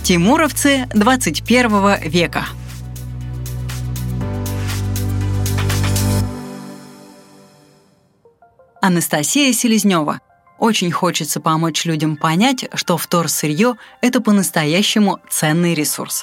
Тимуровцы 21 века. Анастасия Селезнева. Очень хочется помочь людям понять, что вторсырье – это по-настоящему ценный ресурс.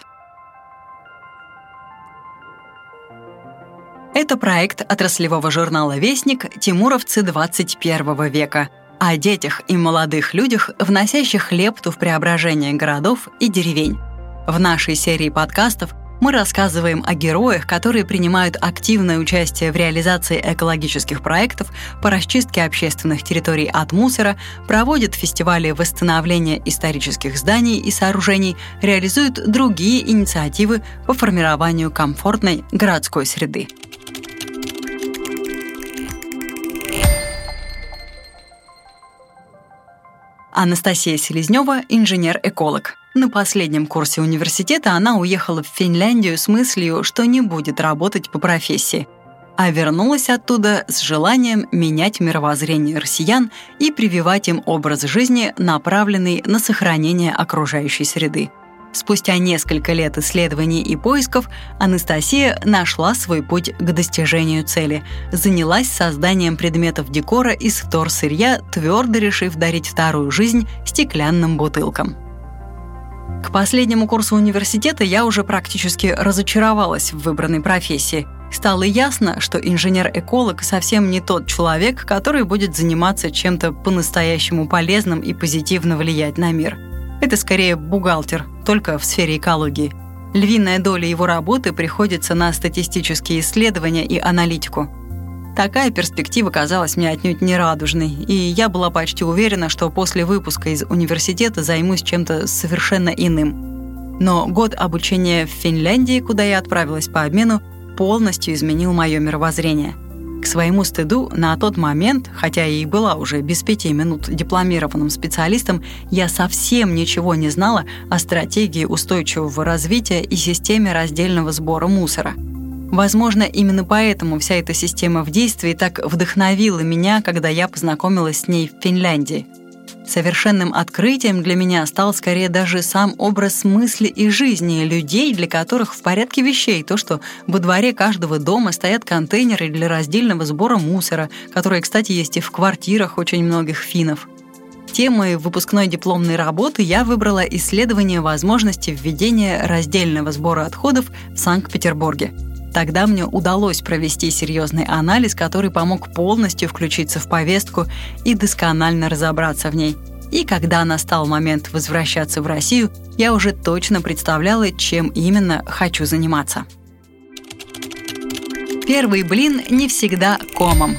Это проект отраслевого журнала «Вестник» «Тимуровцы 21 века» о детях и молодых людях, вносящих лепту в преображение городов и деревень. В нашей серии подкастов мы рассказываем о героях, которые принимают активное участие в реализации экологических проектов по расчистке общественных территорий от мусора, проводят фестивали восстановления исторических зданий и сооружений, реализуют другие инициативы по формированию комфортной городской среды. Анастасия Селезнева – инженер-эколог. На последнем курсе университета она уехала в Финляндию с мыслью, что не будет работать по профессии, а вернулась оттуда с желанием менять мировоззрение россиян и прививать им образ жизни, направленный на сохранение окружающей среды. Спустя несколько лет исследований и поисков Анастасия нашла свой путь к достижению цели, занялась созданием предметов декора из вторсырья, твердо решив дарить вторую жизнь стеклянным бутылкам. К последнему курсу университета я уже практически разочаровалась в выбранной профессии. Стало ясно, что инженер-эколог совсем не тот человек, который будет заниматься чем-то по-настоящему полезным и позитивно влиять на мир. Это скорее бухгалтер, только в сфере экологии. Львиная доля его работы приходится на статистические исследования и аналитику. Такая перспектива казалась мне отнюдь не радужной, и я была почти уверена, что после выпуска из университета займусь чем-то совершенно иным. Но год обучения в Финляндии, куда я отправилась по обмену, полностью изменил мое мировоззрение. К своему стыду, на тот момент, хотя и была уже без 5 минут дипломированным специалистом, я совсем ничего не знала о стратегии устойчивого развития и системе раздельного сбора мусора. Возможно, именно поэтому вся эта система в действии так вдохновила меня, когда я познакомилась с ней в Финляндии. Совершенным открытием для меня стал скорее даже сам образ мысли и жизни людей, для которых в порядке вещей то, что во дворе каждого дома стоят контейнеры для раздельного сбора мусора, которые, кстати, есть и в квартирах очень многих финнов. Темой выпускной дипломной работы я выбрала исследование возможности введения раздельного сбора отходов в Санкт-Петербурге. Тогда мне удалось провести серьезный анализ, который помог полностью включиться в повестку и досконально разобраться в ней. И когда настал момент возвращаться в Россию, я уже точно представляла, чем именно хочу заниматься. Первый блин не всегда комом.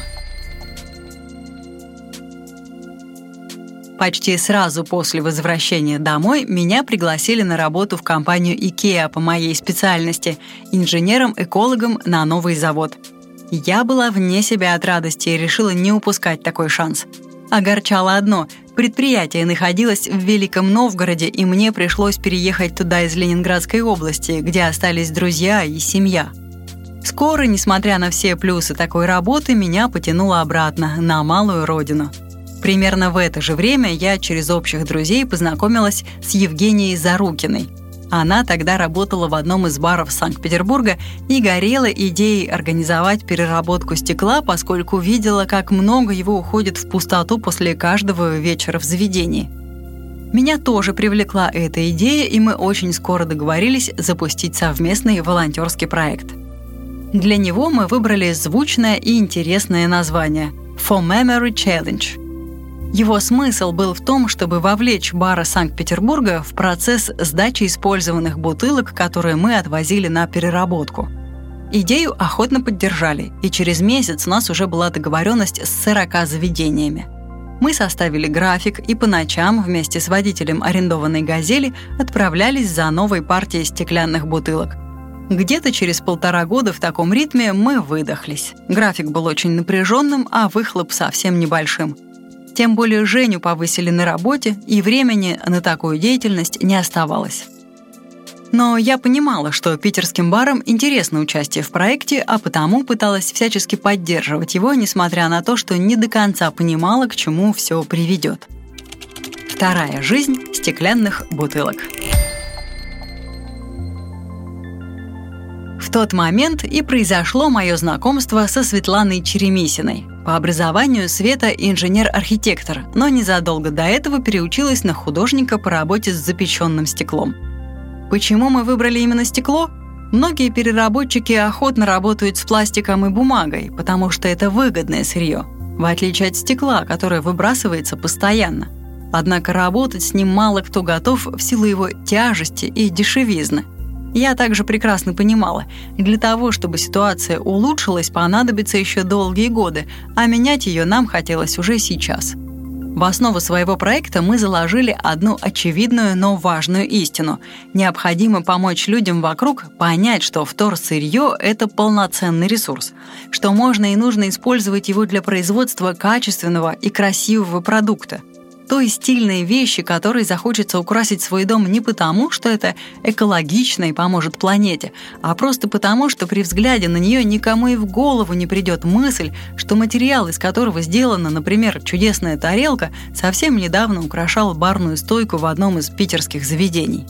Почти сразу после возвращения домой меня пригласили на работу в компанию IKEA по моей специальности – инженером-экологом на новый завод. Я была вне себя от радости и решила не упускать такой шанс. Огорчало одно – предприятие находилось в Великом Новгороде, и мне пришлось переехать туда из Ленинградской области, где остались друзья и семья. Скоро, несмотря на все плюсы такой работы, меня потянуло обратно, на малую родину. Примерно в это же время я через общих друзей познакомилась с Евгенией Зарукиной. Она тогда работала в одном из баров Санкт-Петербурга и горела идеей организовать переработку стекла, поскольку видела, как много его уходит в пустоту после каждого вечера в заведении. Меня тоже привлекла эта идея, и мы очень скоро договорились запустить совместный волонтерский проект. Для него мы выбрали звучное и интересное название «For Memory Challenge». Его смысл был в том, чтобы вовлечь бары Санкт-Петербурга в процесс сдачи использованных бутылок, которые мы отвозили на переработку. Идею охотно поддержали, и через месяц у нас уже была договоренность с 40 заведениями. Мы составили график и по ночам вместе с водителем арендованной «Газели» отправлялись за новой партией стеклянных бутылок. Где-то через 1,5 года в таком ритме мы выдохлись. График был очень напряженным, а выхлоп совсем небольшим. Тем более Женю повысили на работе, и времени на такую деятельность не оставалось. Но я понимала, что питерским барам интересно участие в проекте, а потому пыталась всячески поддерживать его, несмотря на то, что не до конца понимала, к чему все приведет. Вторая жизнь стеклянных бутылок. тот момент и произошло мое знакомство со Светланой Черемисиной. По образованию Света инженер-архитектор, но незадолго до этого переучилась на художника по работе с запеченным стеклом. Почему мы выбрали именно стекло? Многие переработчики охотно работают с пластиком и бумагой, потому что это выгодное сырье, в отличие от стекла, которое выбрасывается постоянно. Однако работать с ним мало кто готов в силу его тяжести и дешевизны. Я также прекрасно понимала, для того, чтобы ситуация улучшилась, понадобится еще долгие годы, а менять ее нам хотелось уже сейчас. В основу своего проекта мы заложили одну очевидную, но важную истину. Необходимо помочь людям вокруг понять, что вторсырье – это полноценный ресурс, что можно и нужно использовать его для производства качественного и красивого продукта. Той стильной вещи, которой захочется украсить свой дом не потому, что это экологично и поможет планете, а просто потому, что при взгляде на нее никому и в голову не придет мысль, что материал, из которого сделана, например, чудесная тарелка, совсем недавно украшал барную стойку в одном из питерских заведений.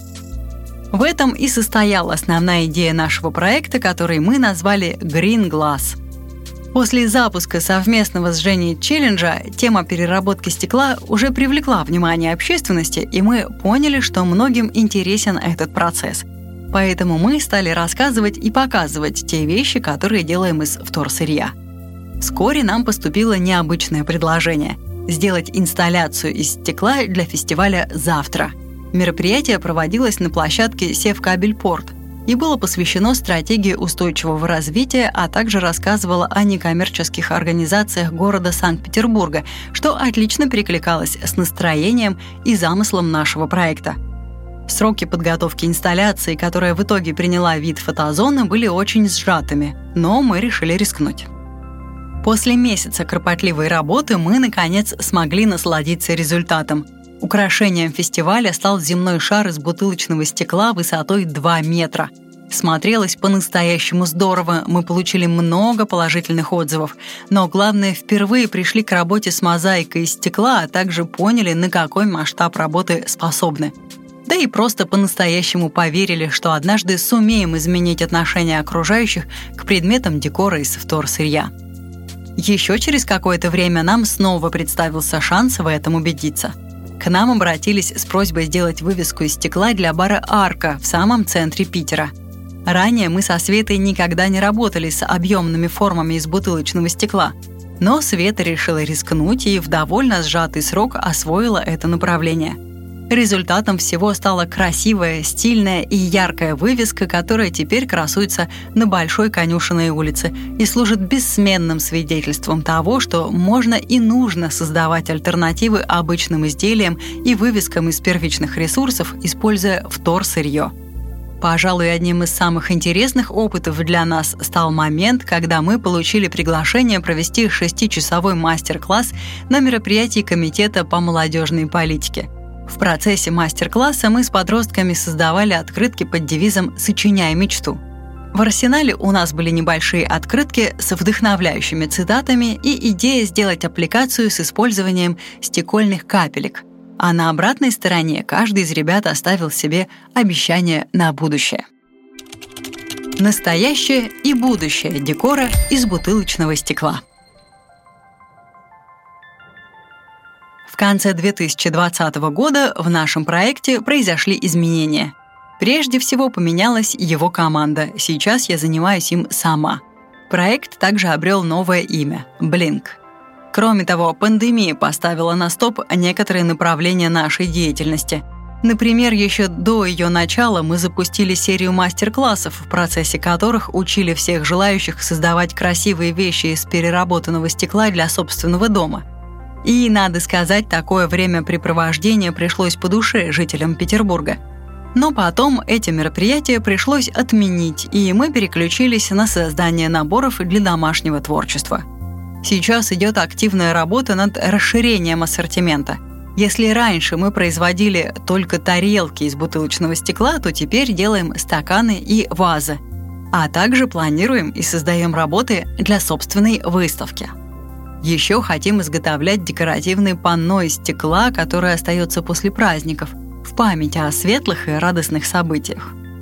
В этом и состояла основная идея нашего проекта, который мы назвали Green Glass. После запуска совместного с Женей челленджа тема переработки стекла уже привлекла внимание общественности, и мы поняли, что многим интересен этот процесс. Поэтому мы стали рассказывать и показывать те вещи, которые делаем из вторсырья. Вскоре нам поступило необычное предложение – сделать инсталляцию из стекла для фестиваля «Завтра». Мероприятие проводилось на площадке Севкабельпорт и было посвящено стратегии устойчивого развития, а также рассказывало о некоммерческих организациях города Санкт-Петербурга, что отлично перекликалось с настроением и замыслом нашего проекта. Сроки подготовки инсталляции, которая в итоге приняла вид фотозоны, были очень сжатыми, но мы решили рискнуть. После месяца кропотливой работы мы, наконец, смогли насладиться результатом. Украшением фестиваля стал земной шар из бутылочного стекла высотой 2 метра. Смотрелось по-настоящему здорово, мы получили много положительных отзывов. Но главное, впервые пришли к работе с мозаикой из стекла, а также поняли, на какой масштаб работы способны. Да и просто по-настоящему поверили, что однажды сумеем изменить отношение окружающих к предметам декора из вторсырья. Еще через какое-то время нам снова представился шанс в этом убедиться. К нам обратились с просьбой сделать вывеску из стекла для бара «Арка» в самом центре Питера. Ранее мы со Светой никогда не работали с объемными формами из бутылочного стекла. Но Света решила рискнуть и в довольно сжатый срок освоила это направление. Результатом всего стала красивая, стильная и яркая вывеска, которая теперь красуется на Большой Конюшенной улице и служит бессменным свидетельством того, что можно и нужно создавать альтернативы обычным изделиям и вывескам из первичных ресурсов, используя вторсырье. Пожалуй, одним из самых интересных опытов для нас стал момент, когда мы получили приглашение провести 6-часовой мастер-класс на мероприятии Комитета по молодежной политике. В процессе мастер-класса мы с подростками создавали открытки под девизом «Сочиняй мечту». В арсенале у нас были небольшие открытки с вдохновляющими цитатами и идея сделать аппликацию с использованием стекольных капелек. А на обратной стороне каждый из ребят оставил себе обещание на будущее. Настоящее и будущее декора из бутылочного стекла. В конце 2020 года в нашем проекте произошли изменения. Прежде всего поменялась его команда, сейчас я занимаюсь им сама. Проект также обрел новое имя – Blink. Кроме того, пандемия поставила на стоп некоторые направления нашей деятельности. Например, еще до ее начала мы запустили серию мастер-классов, в процессе которых учили всех желающих создавать красивые вещи из переработанного стекла для собственного дома. И, надо сказать, такое времяпрепровождение пришлось по душе жителям Петербурга. Но потом эти мероприятия пришлось отменить, и мы переключились на создание наборов для домашнего творчества. Сейчас идет активная работа над расширением ассортимента. Если раньше мы производили только тарелки из бутылочного стекла, то теперь делаем стаканы и вазы. А также планируем и создаем работы для собственной выставки. Еще хотим изготовлять декоративные панно из стекла, которое остается после праздников, в память о светлых и радостных событиях.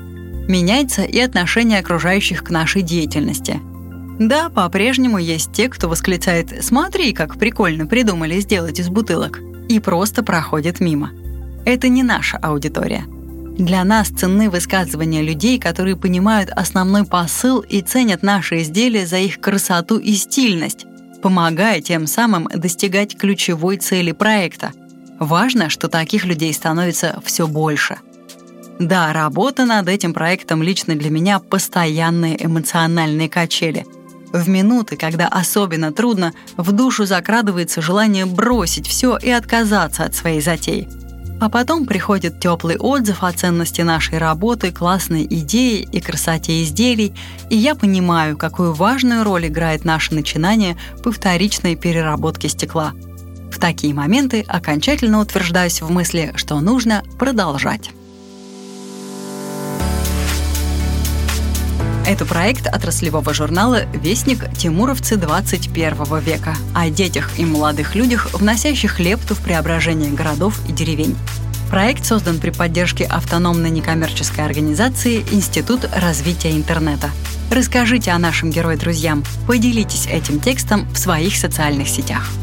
Меняется и отношение окружающих к нашей деятельности. Да, по-прежнему есть те, кто восклицает «Смотри, как прикольно придумали сделать из бутылок», и просто проходит мимо. Это не наша аудитория. Для нас ценны высказывания людей, которые понимают основной посыл и ценят наши изделия за их красоту и стильность, помогая тем самым достигать ключевой цели проекта. Важно, что таких людей становится все больше. Да, работа над этим проектом лично для меня постоянные эмоциональные качели. В минуты, когда особенно трудно, в душу закрадывается желание бросить все и отказаться от своей затеи. А потом приходит теплый отзыв о ценности нашей работы, классной идеи и красоте изделий, и я понимаю, какую важную роль играет наше начинание по вторичной переработке стекла. В такие моменты окончательно утверждаюсь в мысли, что нужно продолжать. Это проект отраслевого журнала «Вестник. Тимуровцы 21 века» о детях и молодых людях, вносящих лепту в преображение городов и деревень. Проект создан при поддержке автономной некоммерческой организации «Институт развития интернета». Расскажите о нашем герое друзьям, поделитесь этим текстом в своих социальных сетях.